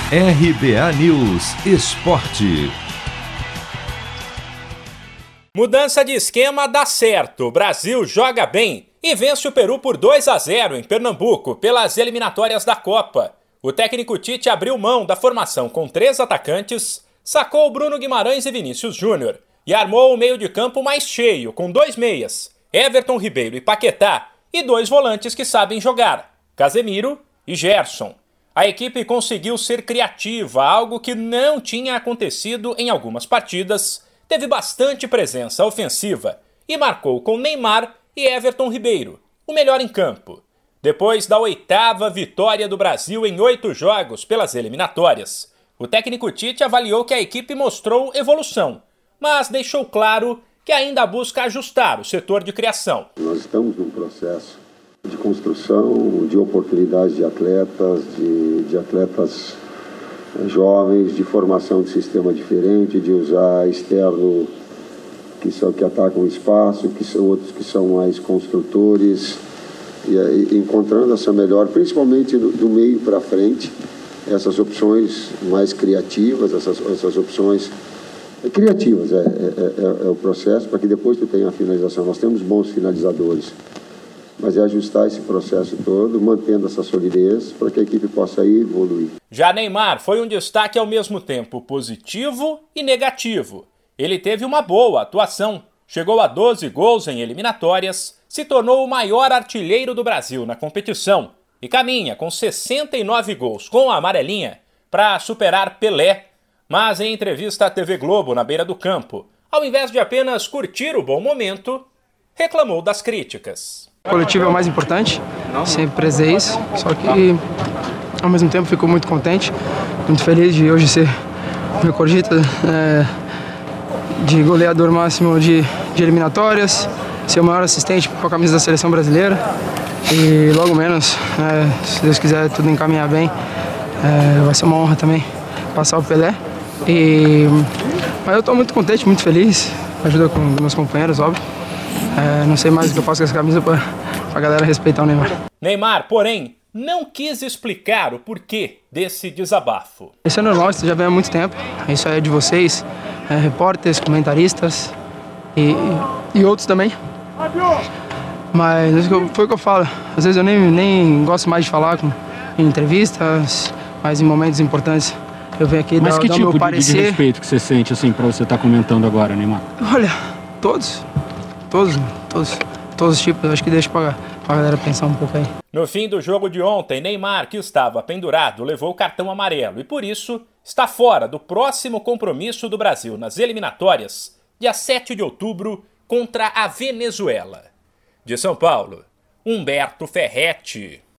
RBA News Esporte. Mudança de esquema dá certo. O Brasil joga bem e vence o Peru por 2-0 em Pernambuco pelas eliminatórias da Copa. O técnico Tite abriu mão da formação com 3 atacantes, sacou Bruno Guimarães e Vinícius Júnior e armou o meio de campo mais cheio com 2 meias, Everton Ribeiro e Paquetá, e 2 volantes que sabem jogar, Casemiro e Gerson. A equipe conseguiu ser criativa, algo que não tinha acontecido em algumas partidas, teve bastante presença ofensiva e marcou com Neymar e Everton Ribeiro, o melhor em campo. Depois da 8ª vitória do Brasil em 8 jogos pelas eliminatórias, o técnico Tite avaliou que a equipe mostrou evolução, mas deixou claro que ainda busca ajustar o setor de criação. Nós estamos num processo de construção, de oportunidades de atletas, de atletas jovens, de formação de sistema diferente, de usar externo que atacam o espaço, que são outros que são mais construtores, e encontrando essa melhor, principalmente do meio para frente, essas opções mais criativas, essas opções criativas, é o processo para que depois tu tenha a finalização. Nós temos bons finalizadores, mas é ajustar esse processo todo, mantendo essa solidez para que a equipe possa ir evoluir. Já Neymar foi um destaque ao mesmo tempo positivo e negativo. Ele teve uma boa atuação, chegou a 12 gols em eliminatórias, se tornou o maior artilheiro do Brasil na competição e caminha com 69 gols com a amarelinha para superar Pelé. Mas em entrevista à TV Globo na beira do campo, ao invés de apenas curtir o bom momento, reclamou das críticas. O coletivo é o mais importante, sempre prezei isso, só que ao mesmo tempo fico muito contente, muito feliz de hoje ser meu cordista de goleador máximo de eliminatórias, ser o maior assistente com a camisa da seleção brasileira e logo menos, se Deus quiser tudo encaminhar bem, vai ser uma honra também passar o Pelé. Mas eu estou muito contente, muito feliz, ajuda com meus companheiros, óbvio. Não sei mais o que eu faço com essa camisa para a galera respeitar o Neymar. Neymar, porém, não quis explicar o porquê desse desabafo. Isso é normal, isso já vem há muito tempo. Isso é de vocês, repórteres, comentaristas e outros também. Mas foi o que eu falo. Às vezes eu nem gosto mais de falar em entrevistas, mas em momentos importantes eu venho aqui dar o meu parecer. De respeito que você sente assim para você estar comentando agora, Neymar? Olha, todos os tipos, acho que deixa pra galera pensar um pouco aí. No fim do jogo de ontem, Neymar, que estava pendurado, levou o cartão amarelo e por isso está fora do próximo compromisso do Brasil nas eliminatórias, dia 7 de outubro, contra a Venezuela. De São Paulo, Humberto Ferretti.